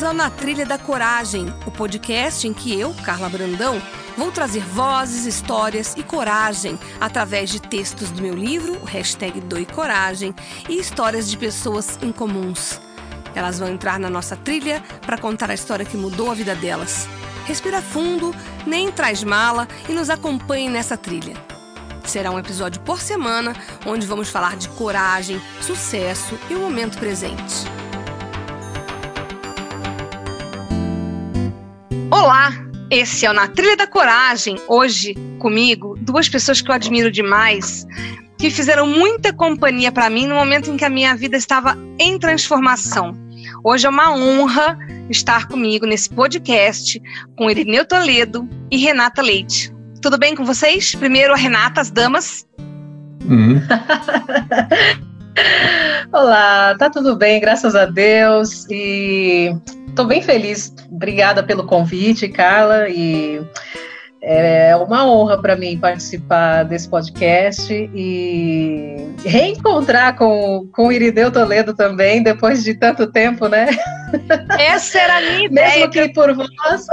ao Na Trilha da Coragem, o podcast em que eu, Carla Brandão, vou trazer vozes, histórias e coragem através de textos do meu livro, o #DoeCoragem, e histórias de pessoas incomuns. Elas vão entrar na nossa trilha para contar a história que mudou a vida delas. Respira fundo, nem traz mala e nos acompanhe nessa trilha. Será um episódio por semana, onde vamos falar de coragem, sucesso e o momento presente. Olá, esse é o Na Trilha da Coragem. Hoje, comigo, duas pessoas que eu admiro demais, que fizeram muita companhia para mim no momento em que a minha vida estava em transformação. Hoje é uma honra estar comigo nesse podcast com Irineu Toledo e Renata Leite. Tudo bem com vocês? Primeiro a Renata, as damas. Olá, tá tudo bem, graças a Deus, e estou bem feliz. Obrigada pelo convite, Carla, e é uma honra para mim participar desse podcast e reencontrar com o Irineu Toledo também, depois de tanto tempo, né? Essa era a minha ideia. Mesmo que por voz.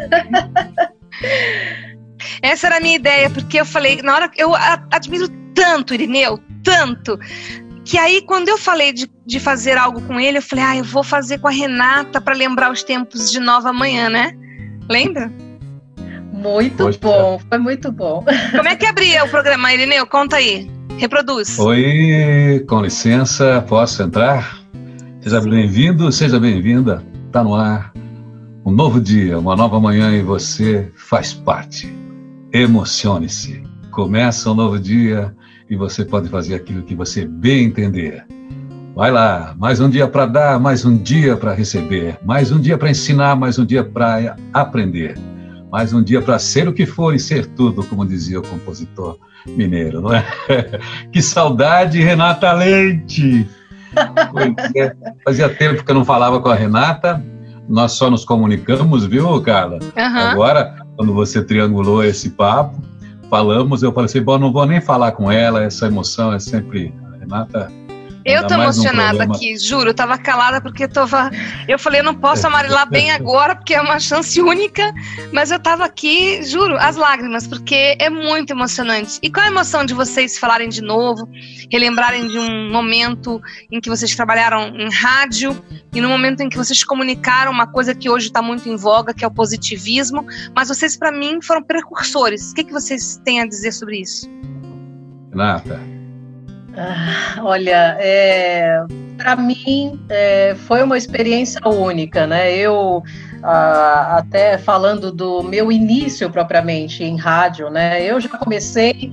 Essa era a minha ideia, porque eu falei, na hora eu admiro tanto o Irineu, tanto, que aí quando eu falei de fazer algo com ele, eu falei, eu vou fazer com a Renata para lembrar os tempos de Nova Manhã, né? Lembra? Muito bom, foi muito bom. Como é que abria o programa, Irineu? Conta aí, reproduz. Oi, com licença, posso entrar? Seja bem-vindo, seja bem-vinda, tá no ar. Um novo dia, uma nova manhã e você faz parte. Emocione-se. Começa um novo dia e você pode fazer aquilo que você bem entender. Vai lá, mais um dia para dar, mais um dia para receber, mais um dia para ensinar, mais um dia para aprender, mais um dia para ser o que for e ser tudo, como dizia o compositor mineiro, não é? Que saudade, Renata Leite! Pois é, fazia tempo que eu não falava com a Renata, nós só nos comunicamos, viu, Carla? Agora, quando você triangulou esse papo, falamos, eu falei assim, bom, não vou nem falar com ela, essa emoção é sempre... A Renata... Eu tô emocionada aqui, juro, eu tava calada porque eu falei, eu não posso amarelar bem agora, porque é uma chance única, mas eu tava aqui, juro, as lágrimas, porque é muito emocionante. E qual a emoção de vocês falarem de novo, relembrarem de um momento em que vocês trabalharam em rádio e no momento em que vocês comunicaram uma coisa que hoje está muito em voga, que é o positivismo, mas vocês, para mim, foram precursores. O que vocês têm a dizer sobre isso? Renata? Olha, para mim foi uma experiência única, né? Eu, até falando do meu início propriamente em rádio, né? Eu já comecei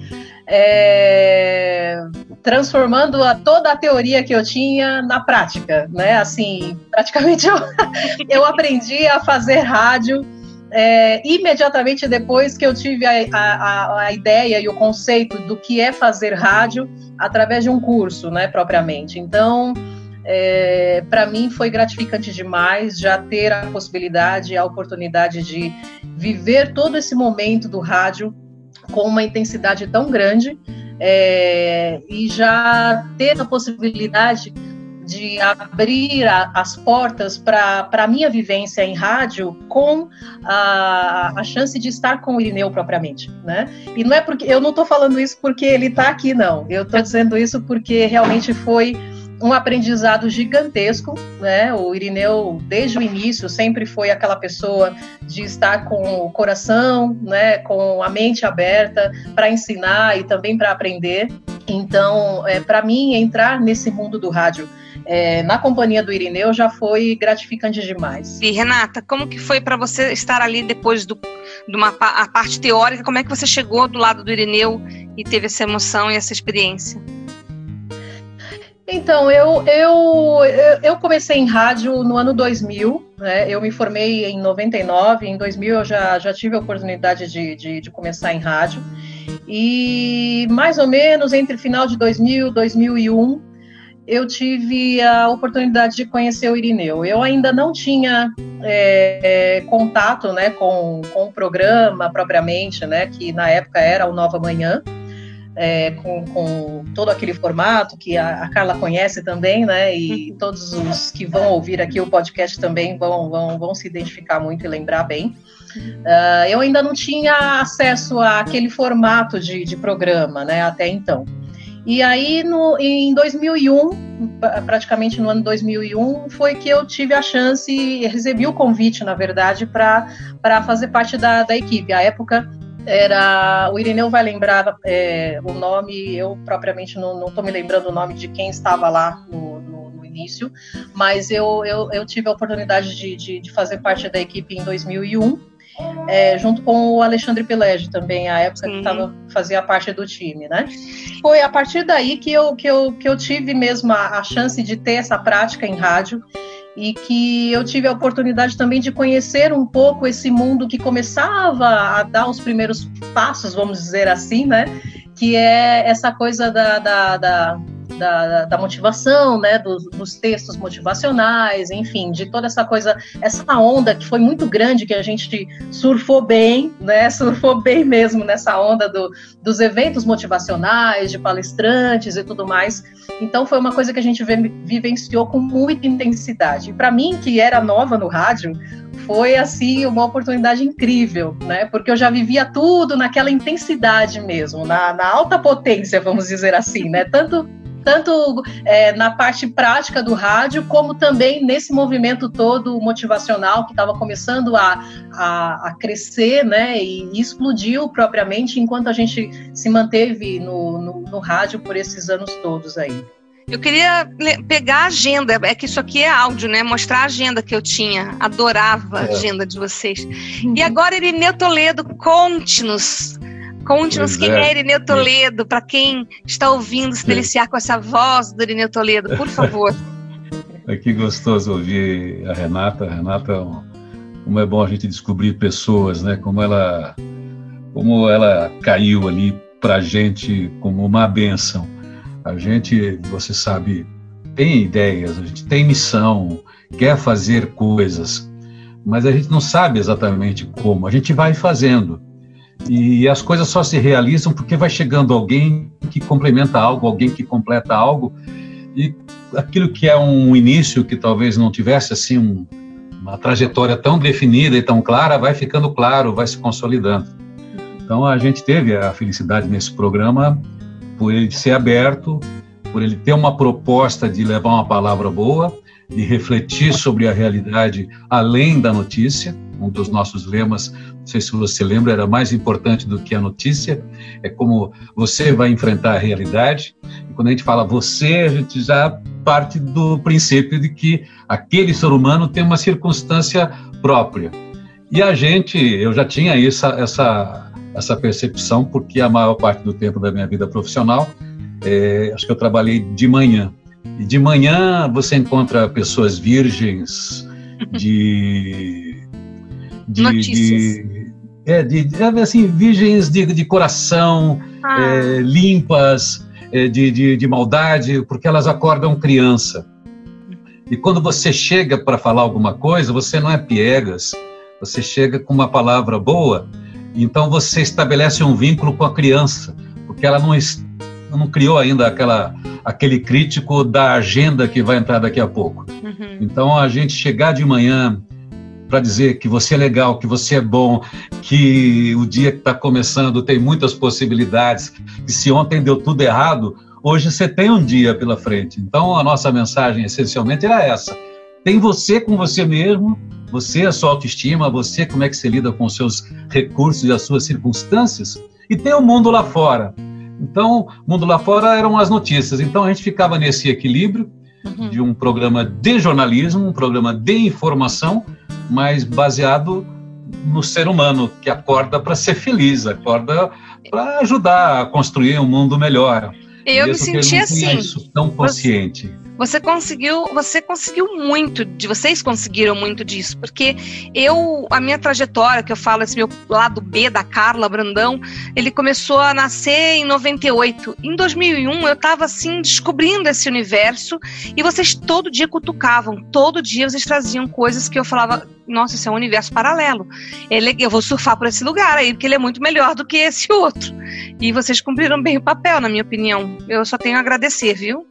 transformando toda a teoria que eu tinha na prática, né? Assim, praticamente eu aprendi a fazer rádio imediatamente depois que eu tive a ideia e o conceito do que é fazer rádio através de um curso, né, propriamente. Então, para mim foi gratificante demais já ter a possibilidade, a oportunidade de viver todo esse momento do rádio com uma intensidade tão grande e já ter a possibilidade de abrir as portas para a minha vivência em rádio com a chance de estar com o Irineu propriamente, né? E não é porque eu não estou falando isso porque ele está aqui, não. Eu estou dizendo isso porque realmente foi um aprendizado gigantesco, né? O Irineu, desde o início, sempre foi aquela pessoa de estar com o coração, né? Com a mente aberta para ensinar e também para aprender. Então, para mim, entrar nesse mundo do rádio na companhia do Irineu já foi gratificante demais. E Renata, como que foi para você estar ali depois de a parte teórica? Como é que você chegou do lado do Irineu e teve essa emoção e essa experiência? Então, eu comecei em rádio no ano 2000, né? Eu me formei em 99, em 2000 eu já tive a oportunidade de começar em rádio, e mais ou menos entre final de 2000 e 2001, eu tive a oportunidade de conhecer o Irineu. Eu ainda não tinha contato, né, com o programa propriamente, né, que na época era o Nova Manhã, com todo aquele formato que a Carla conhece também, né? E todos os que vão ouvir aqui o podcast também vão se identificar muito e lembrar bem. Eu ainda não tinha acesso àquele formato de programa, né? Até então. E aí, em 2001, praticamente no ano 2001, foi que eu tive a chance, recebi o convite, na verdade, para fazer parte da equipe. À época, o Irineu vai lembrar o nome, eu propriamente não estou me lembrando o nome de quem estava lá no início, mas eu tive a oportunidade de fazer parte da equipe em 2001, junto com o Alexandre Pilege também, à época que fazia parte do time, né? Foi a partir daí que eu tive mesmo a chance de ter essa prática em rádio e que eu tive a oportunidade também de conhecer um pouco esse mundo que começava a dar os primeiros passos, vamos dizer assim, né? Que é essa coisa da motivação, né, dos textos motivacionais, enfim, de toda essa coisa, essa onda que foi muito grande, que a gente surfou bem, né, surfou bem mesmo nessa onda dos eventos motivacionais, de palestrantes e tudo mais. Então foi uma coisa que a gente vivenciou com muita intensidade. E para mim, que era nova no rádio, foi, assim, uma oportunidade incrível, né? Porque eu já vivia tudo naquela intensidade mesmo, na alta potência, vamos dizer assim, né? Tanto na parte prática do rádio, como também nesse movimento todo motivacional que estava começando a crescer, né, e explodiu propriamente enquanto a gente se manteve no rádio por esses anos todos aí. Eu queria pegar a agenda, é que isso aqui é áudio, né? Mostrar a agenda que eu tinha, adorava a agenda de vocês. E agora, Irineu Toledo, conte-nos quem é Irineu Toledo, para quem está ouvindo se deliciar com essa voz do Irineu Toledo, por favor. Que gostoso ouvir a Renata. Como é bom a gente descobrir pessoas, né? Como ela caiu ali para a gente como uma bênção. A gente, você sabe, tem ideias, a gente tem missão, quer fazer coisas, mas a gente não sabe exatamente como, a gente vai fazendo. E as coisas só se realizam porque vai chegando alguém que complementa algo, alguém que completa algo, e aquilo que é um início que talvez não tivesse assim uma trajetória tão definida e tão clara, vai ficando claro, vai se consolidando. Então a gente teve a felicidade nesse programa por ele ser aberto, por ele ter uma proposta de levar uma palavra boa, de refletir sobre a realidade além da notícia. Um dos nossos lemas, não sei se você lembra, era mais importante do que a notícia, é como você vai enfrentar a realidade. E quando a gente fala você, a gente já parte do princípio de que aquele ser humano tem uma circunstância própria. E eu já tinha essa percepção, porque a maior parte do tempo da minha vida profissional, acho que eu trabalhei de manhã. E de manhã você encontra pessoas virgens virgens de coração, limpas, de maldade, porque elas acordam criança. E quando você chega para falar alguma coisa, você não é piegas, você chega com uma palavra boa, então você estabelece um vínculo com a criança, porque ela não criou ainda aquele crítico da agenda que vai entrar daqui a pouco. Uhum. Então a gente chegar de manhã para dizer que você é legal, que você é bom, que o dia que está começando tem muitas possibilidades, que se ontem deu tudo errado, hoje você tem um dia pela frente. Então a nossa mensagem essencialmente era essa: tem você com você mesmo, você, a sua autoestima, você como é que você lida com os seus recursos e as suas circunstâncias, e tem o mundo lá fora. Então, o mundo lá fora eram as notícias. Então a gente ficava nesse equilíbrio de um programa de jornalismo, um programa de informação, mas baseado no ser humano, que acorda para ser feliz, acorda para ajudar a construir um mundo melhor. Eu me senti assim. Isso tão consciente. vocês conseguiram muito disso, porque a minha trajetória, que eu falo, esse meu lado B da Carla Brandão, ele começou a nascer em 98. Em 2001 eu estava assim, descobrindo esse universo, e vocês todo dia cutucavam, todo dia vocês traziam coisas que eu falava, nossa, isso é um universo paralelo, eu vou surfar por esse lugar aí, porque ele é muito melhor do que esse outro. E vocês cumpriram bem o papel, na minha opinião. Eu só tenho a agradecer, viu?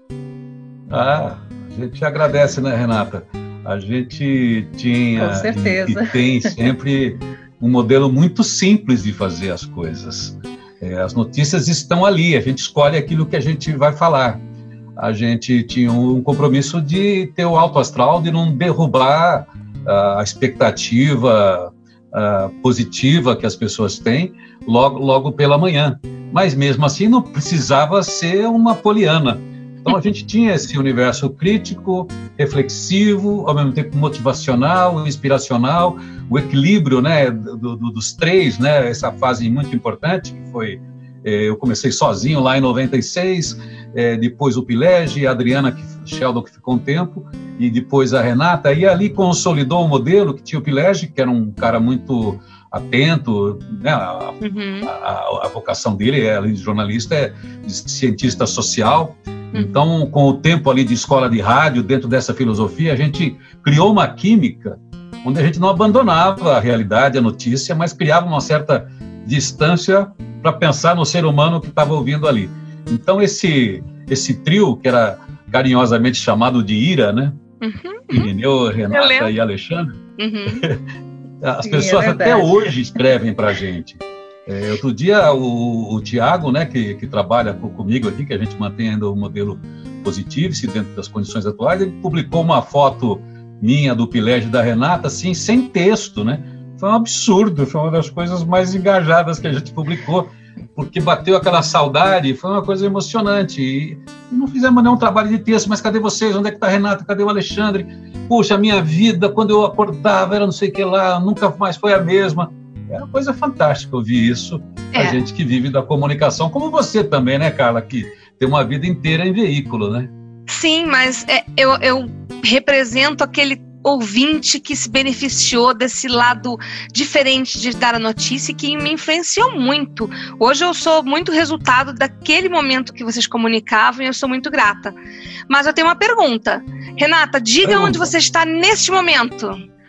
A gente agradece, né, Renata? A gente tinha Com certeza. e tem sempre um modelo muito simples de fazer as coisas. As notícias estão ali, a gente escolhe aquilo que a gente vai falar. A gente tinha um compromisso de ter o alto astral, de não derrubar a expectativa positiva que as pessoas têm logo pela manhã. Mas mesmo assim não precisava ser uma poliana. Então a gente tinha esse universo crítico, reflexivo, ao mesmo tempo motivacional, inspiracional, o equilíbrio, né, dos três, né, essa fase muito importante que foi, eu comecei sozinho lá em 96, depois o Pilege, a Adriana Sheldon, que ficou um tempo, e depois a Renata, e ali consolidou um modelo que tinha o Pilege, que era um cara muito atento, né, a vocação dele de jornalista, de cientista social. Então, com o tempo ali de escola de rádio, dentro dessa filosofia, a gente criou uma química onde a gente não abandonava a realidade, a notícia, mas criava uma certa distância para pensar no ser humano que estava ouvindo ali. Então, esse trio, que era carinhosamente chamado de IRA, né? Irineu, Renata e Alexandre, as pessoas até hoje escrevem para a gente. Outro dia, o Tiago, né, que trabalha comigo aqui, que a gente mantém ainda o modelo Positive-se dentro das condições atuais, ele publicou uma foto minha do Pilege e da Renata, assim, sem texto, né? Foi um absurdo, foi uma das coisas mais engajadas que a gente publicou, porque bateu aquela saudade, foi uma coisa emocionante. E não fizemos nenhum trabalho de texto, mas cadê vocês? Onde é que está a Renata? Cadê o Alexandre? Puxa, a minha vida, quando eu acordava, era não sei o que lá, nunca mais foi a mesma. É uma coisa fantástica ouvir isso, a gente que vive da comunicação, como você também, né, Carla, que tem uma vida inteira em veículo, né? Sim, mas eu represento aquele ouvinte que se beneficiou desse lado diferente de dar a notícia e que me influenciou muito. Hoje eu sou muito resultado daquele momento que vocês comunicavam e eu sou muito grata. Mas eu tenho uma pergunta. Renata, diga onde você está neste momento.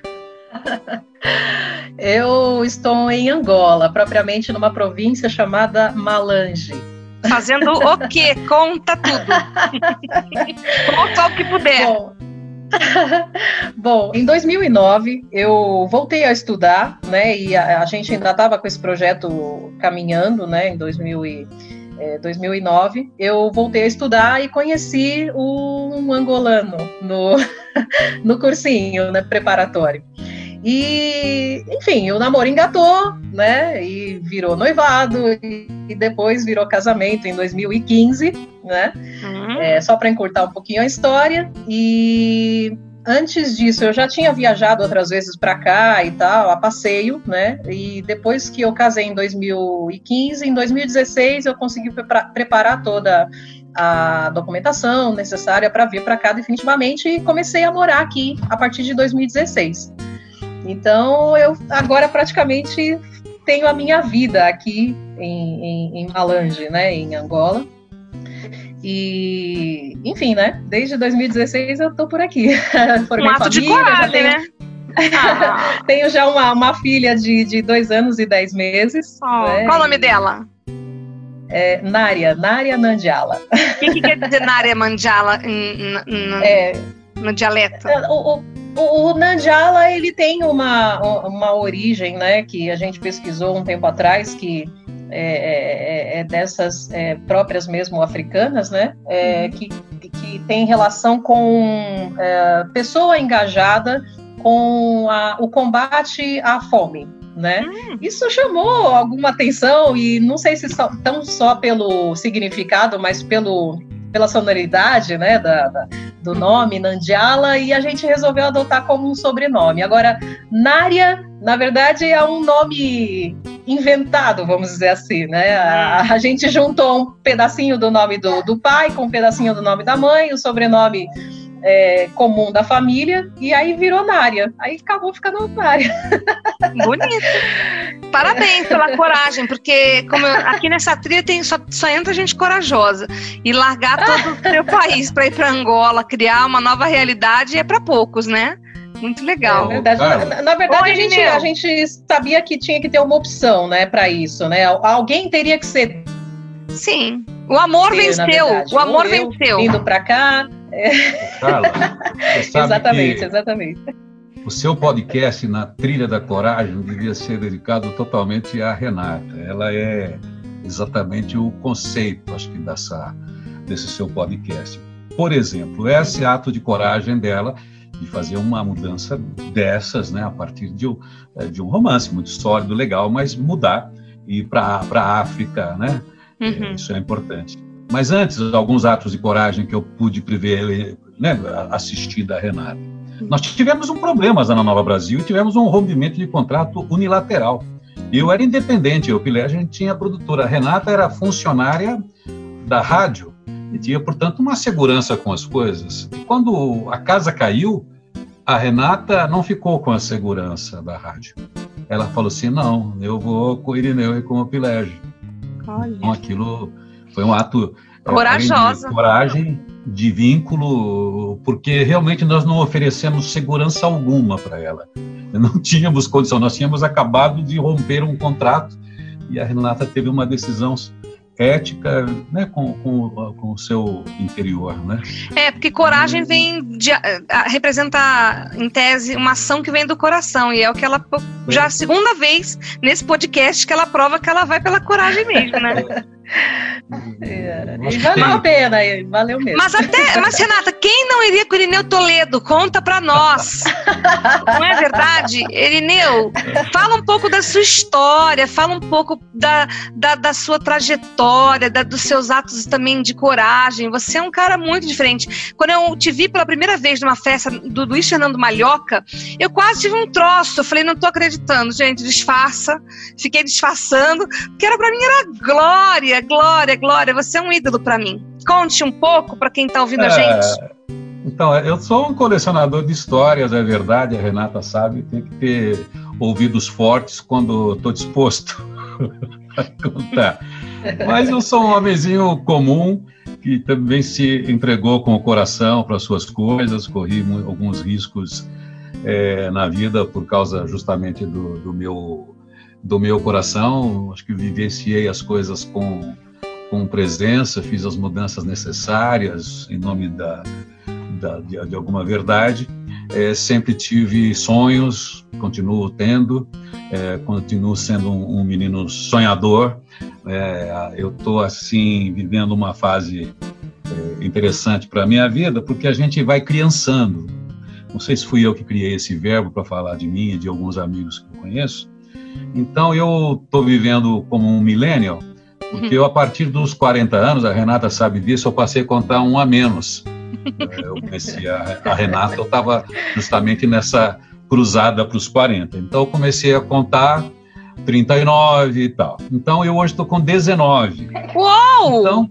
Eu estou em Angola, propriamente numa província chamada Malange. Fazendo o quê? Conta tudo. Conta o que puder. Bom, em 2009 eu voltei a estudar, né? E a gente ainda estava com esse projeto caminhando, né? Em 2009 eu voltei a estudar e conheci um angolano no cursinho, né, preparatório. E, enfim, o namoro engatou, né, e virou noivado, e depois virou casamento em 2015, né, só para encurtar um pouquinho a história. E antes disso, eu já tinha viajado outras vezes para cá e tal, a passeio, né, e depois que eu casei em 2015, em 2016 eu consegui preparar toda a documentação necessária para vir para cá definitivamente e comecei a morar aqui a partir de 2016. Então, eu agora praticamente tenho a minha vida aqui em Malange, né, em Angola. E, enfim, né, desde 2016 eu tô por aqui. Um ato de coragem, né? Tenho já uma filha de 2 anos e 10 meses. Né? Qual o nome dela? Nária Nandiala. O que quer dizer Nária Nandiala no dialeto? O Nandiala, ele tem uma origem, né, que a gente pesquisou um tempo atrás, que é dessas próprias mesmo africanas, né, que tem relação com pessoa engajada com o combate à fome, né? Isso chamou alguma atenção e não sei se tão só pelo significado, mas pela sonoridade, né, do nome Nandiala, e a gente resolveu adotar como um sobrenome. Agora, Nária, na verdade, é um nome inventado, vamos dizer assim, né? A gente juntou um pedacinho do nome do pai com um pedacinho do nome da mãe, o sobrenome comum da família, e aí virou Nária. Aí acabou ficando Nária. Bonito. Parabéns pela coragem, porque aqui nessa trilha só entra gente corajosa. E largar todo o seu país para ir para Angola, criar uma nova realidade é para poucos, né? Muito legal. Na verdade, a gente sabia que tinha que ter uma opção, né, para isso, né? Alguém teria que ser. Sim. O amor venceu. O amor venceu. Indo para cá. Carla, você sabe exatamente. O seu podcast na Trilha da Coragem devia ser dedicado totalmente à Renata. Ela é exatamente o conceito, acho que, desse seu podcast. Por exemplo, esse ato de coragem dela de fazer uma mudança dessas, né, a partir de um romance muito sólido, legal, mas mudar e ir para a África, né? Uhum. Isso é importante. Mas antes, alguns atos de coragem que eu pude prever, né, assistir da Renata. Nós tivemos um problema na Nova Brasil e tivemos um rompimento de contrato unilateral. Eu era independente, a gente tinha produtora. A Renata era funcionária da rádio e tinha, portanto, uma segurança com as coisas. E quando a casa caiu, a Renata não ficou com a segurança da rádio. Ela falou assim, não, eu vou com o Irineu e com o Pilégio. Então, aquilo foi um ato corajosa. De coragem, de vínculo, porque realmente nós não oferecemos segurança alguma para ela. Não tínhamos condição, nós tínhamos acabado de romper um contrato e a Renata teve uma decisão ética, né, com o seu interior, né? Porque coragem representa, em tese, uma ação que vem do coração, e é o que ela, já a segunda vez nesse podcast que ela prova que ela vai pela coragem mesmo, né? E valeu a pena, valeu mesmo. Mas Renata, quem não iria com o Irineu Toledo? Conta pra nós. Não é verdade? Irineu, fala um pouco da sua história, fala um pouco da sua trajetória, dos seus atos também de coragem. Você é um cara muito diferente. Quando eu te vi pela primeira vez numa festa do Luiz Fernando Malhoca, eu quase tive um troço. Eu falei, não tô acreditando, gente, disfarça. Fiquei disfarçando, porque pra mim era glória, você é um ídolo para mim. Conte um pouco para quem está ouvindo a gente. Então, eu sou um colecionador de histórias, é verdade, a Renata sabe, tem que ter ouvidos fortes quando estou disposto a contar. Mas eu sou um homenzinho comum que também se entregou com o coração para as suas coisas, corri alguns riscos na vida por causa justamente do meu coração. Acho que vivenciei as coisas com presença, fiz as mudanças necessárias em nome de alguma verdade. Sempre tive sonhos, continuo tendo, continuo sendo um menino sonhador. Eu estou, assim, vivendo uma fase interessante para a minha vida, porque a gente vai criançando. Não sei se fui eu que criei esse verbo para falar de mim e de alguns amigos que eu conheço. Então, eu estou vivendo como um millennial, porque eu, a partir dos 40 anos, a Renata sabe disso, eu passei a contar um a menos. Eu conheci a Renata, eu estava justamente nessa cruzada para os 40. Então, eu comecei a contar 39 e tal. Então, eu hoje estou com 19. Uou!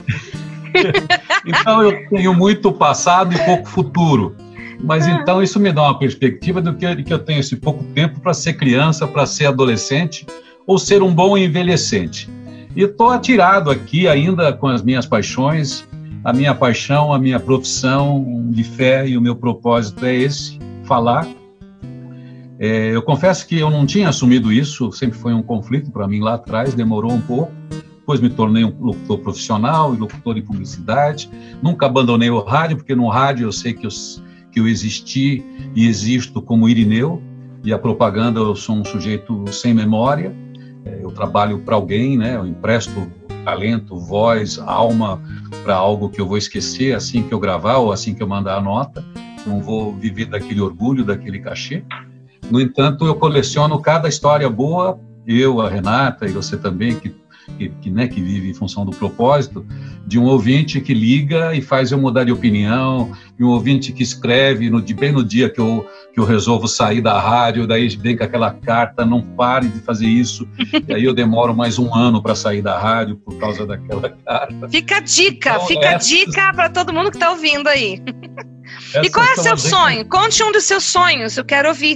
Então, eu tenho muito passado e pouco futuro. Mas então isso me dá uma perspectiva de que eu tenho esse pouco tempo para ser criança, para ser adolescente ou ser um bom envelhecente. E estou atirado aqui ainda com as minhas paixões, a minha paixão, a minha profissão de fé, e o meu propósito é esse, falar. Eu confesso que eu não tinha assumido isso, sempre foi um conflito para mim lá atrás, demorou um pouco. Depois me tornei um locutor profissional e locutor de publicidade. Nunca abandonei o rádio, porque no rádio eu sei que eu existi e existo como Irineu, e a propaganda eu sou um sujeito sem memória. Eu trabalho para alguém, né? Eu empresto talento, voz, alma para algo que eu vou esquecer assim que eu gravar ou assim que eu mandar a nota. Não vou viver daquele orgulho, daquele cachê. No entanto, eu coleciono cada história boa, eu, a Renata e você também, que vive em função do propósito, de um ouvinte que liga e faz eu mudar de opinião, de um ouvinte que escreve bem no dia que eu que eu resolvo sair da rádio, daí vem com aquela carta, não pare de fazer isso, e aí eu demoro mais um ano para sair da rádio por causa daquela carta. Fica a dica, então, dica para todo mundo que está ouvindo aí. E qual é seu sonho? Conte um dos seus sonhos, eu quero ouvir.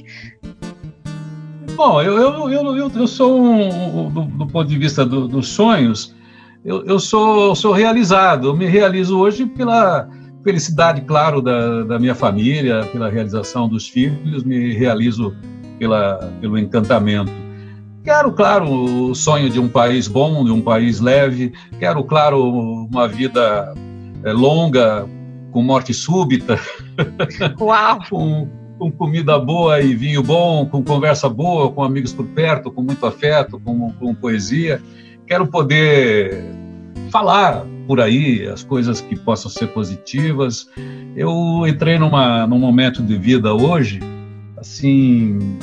Bom, eu sou, do ponto de vista dos sonhos, eu sou realizado. Eu me realizo hoje pela felicidade, claro, da minha família, pela realização dos filhos, me realizo pelo encantamento. Quero, claro, o sonho de um país bom, de um país leve. Quero, claro, uma vida longa, com morte súbita. Uau! com comida boa e vinho bom, com conversa boa, com amigos por perto, com muito afeto, com poesia. Quero poder falar por aí as coisas que possam ser positivas. Eu entrei num momento de vida hoje, assim,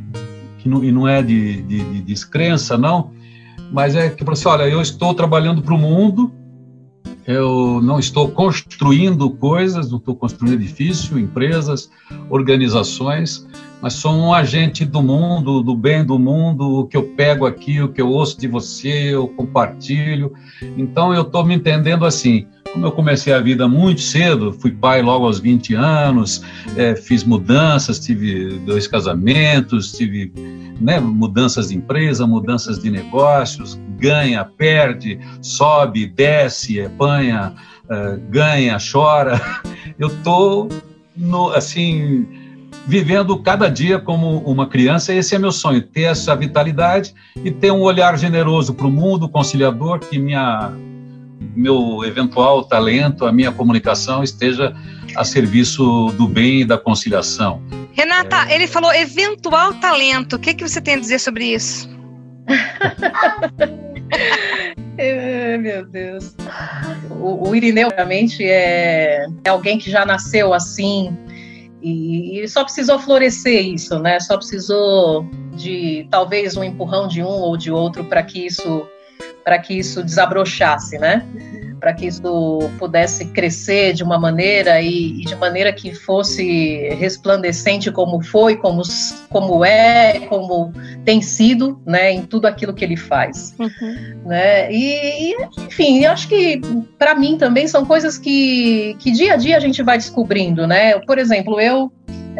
e não é de descrença, não, mas é que, assim, olha, eu estou trabalhando para o mundo, eu não estou construindo coisas, não estou construindo edifícios, empresas, organizações, mas sou um agente do mundo, do bem do mundo. O que eu pego aqui, o que eu ouço de você, eu compartilho. Então eu estou me entendendo assim. Como eu comecei a vida muito cedo, fui pai logo aos 20 anos, fiz mudanças, tive 2 casamentos, tive mudanças de empresa, mudanças de negócios, ganha, perde, sobe, desce, apanha, ganha, chora. Eu estou, assim, vivendo cada dia como uma criança. Esse é meu sonho, ter essa vitalidade e ter um olhar generoso para o mundo, conciliador, que meu eventual talento, a minha comunicação esteja a serviço do bem e da conciliação. Renata, ele falou eventual talento. O que você tem a dizer sobre isso? Meu Deus. O Irineu, realmente, é alguém que já nasceu assim e só precisou florescer isso, né? Só precisou de talvez um empurrão de um ou de outro para que isso desabrochasse, né? Para que isso pudesse crescer de uma maneira e de maneira que fosse resplandecente como foi, como é, como tem sido, né, em tudo aquilo que ele faz. Né? E, enfim, eu acho que para mim também são coisas que dia a dia a gente vai descobrindo, né? Por exemplo, eu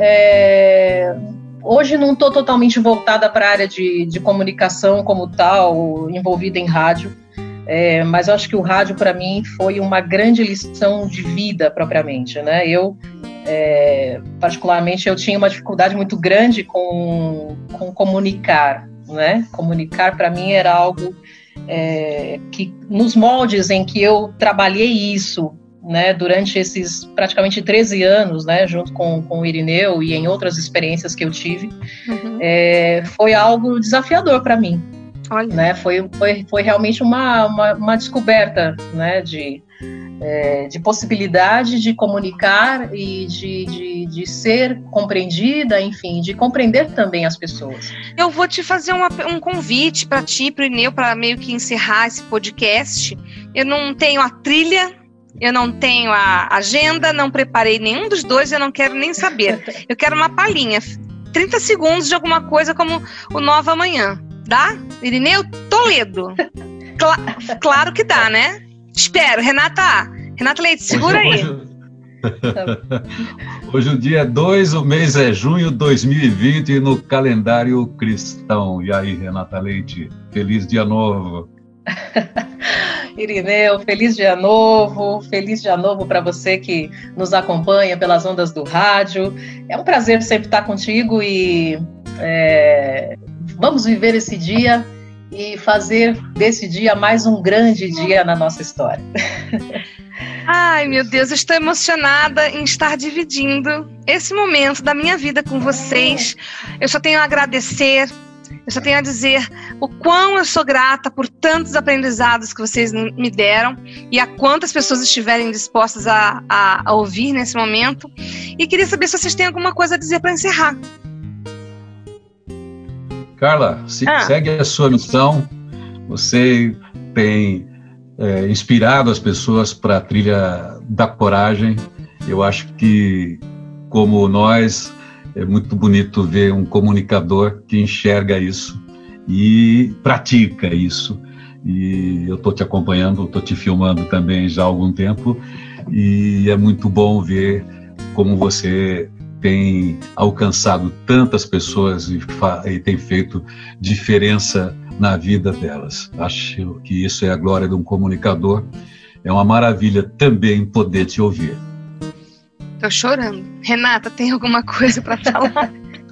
hoje não estou totalmente voltada para a área de comunicação como tal, envolvida em rádio. Mas eu acho que o rádio, para mim, foi uma grande lição de vida, propriamente, né? Eu, particularmente, eu tinha uma dificuldade muito grande com comunicar, né? Comunicar, para mim, era algo que, nos moldes em que eu trabalhei isso, né, durante esses praticamente 13 anos, né, junto com o Irineu e em outras experiências que eu tive, foi algo desafiador para mim. Olha. Né, foi realmente uma descoberta, né, de possibilidade de comunicar e de ser compreendida, enfim, de compreender também as pessoas. Eu vou te fazer um convite para ti, para o Irineu, para meio que encerrar esse podcast. Eu não tenho a trilha, eu não tenho a agenda, não preparei nenhum dos dois, eu não quero nem saber. Eu quero uma palhinha, 30 segundos de alguma coisa como o Nova Amanhã. Dá? Irineu Toledo. Claro que dá, né? Espero. Renata Leite, segura aí. Hoje o dia é 2, o mês é junho de 2020 no calendário cristão. E aí, Renata Leite, feliz dia novo. Irineu, feliz dia novo para você que nos acompanha pelas ondas do rádio. É um prazer sempre estar contigo e vamos viver esse dia e fazer desse dia mais um grande dia na nossa história. Ai, meu Deus, eu estou emocionada em estar dividindo esse momento da minha vida com vocês. Eu só tenho a agradecer, eu só tenho a dizer o quão eu sou grata por tantos aprendizados que vocês me deram e a quantas pessoas estiverem dispostas a ouvir nesse momento. E queria saber se vocês têm alguma coisa a dizer para encerrar. Carla, segue a sua missão. Você tem inspirado as pessoas para a trilha da coragem. Eu acho que, como nós, É muito bonito ver um comunicador que enxerga isso e pratica isso. E eu estou te acompanhando, estou te filmando também já há algum tempo, e é muito bom ver como você tem alcançado tantas pessoas e tem feito diferença na vida delas. Acho que isso é a glória de um comunicador. É uma maravilha também poder te ouvir. Tô chorando. Renata, tem alguma coisa para falar?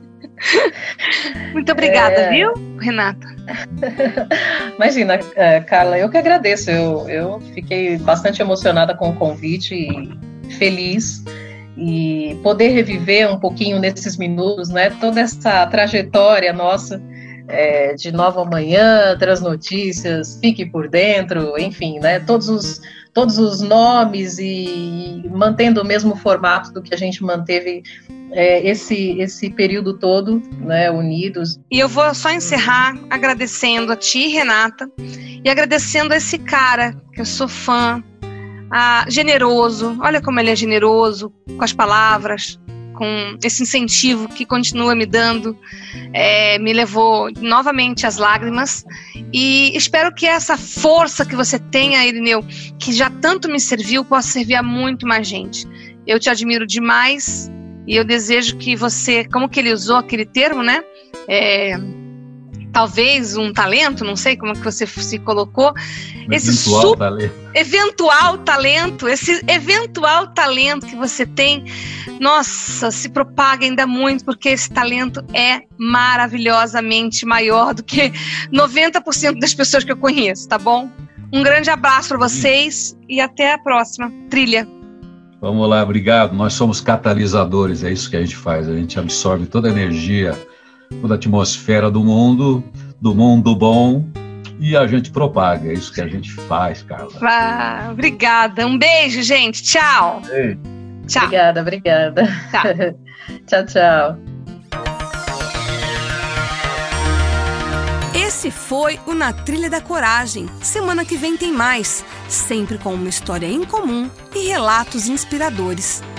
Muito obrigada, viu, Renata? Imagina, Carla, eu que agradeço. Eu fiquei bastante emocionada com o convite e feliz. E poder reviver um pouquinho nesses minutos, né? Toda essa trajetória nossa de Nova Manhã, Transnotícias, Fique por Dentro, enfim, né? Todos os nomes e mantendo o mesmo formato do que a gente manteve esse período todo, né, unidos. E eu vou só encerrar agradecendo a ti, Renata, e agradecendo a esse cara, que eu sou fã, generoso, olha como ele é generoso com as palavras, com esse incentivo que continua me dando, me levou novamente às lágrimas, e espero que essa força que você tenha, Irineu, que já tanto me serviu, possa servir a muito mais gente. Eu te admiro demais, e eu desejo que você, como que ele usou aquele termo, né? Talvez um talento, não sei como que você se colocou. Eventual talento, esse eventual talento que você tem, nossa, se propaga ainda muito, porque esse talento é maravilhosamente maior do que 90% das pessoas que eu conheço, tá bom? Um grande abraço para vocês e até a próxima trilha. Vamos lá, obrigado. Nós somos catalisadores, é isso que a gente faz. A gente absorve toda a energia, toda a atmosfera do mundo bom, e a gente propaga. É isso que a gente faz, Carla. Obrigada. Um beijo, gente. Tchau. Ei. Tchau. Obrigada. Tchau, tchau. Esse foi o Na Trilha da Coragem. Semana que vem tem mais, sempre com uma história incomum e relatos inspiradores.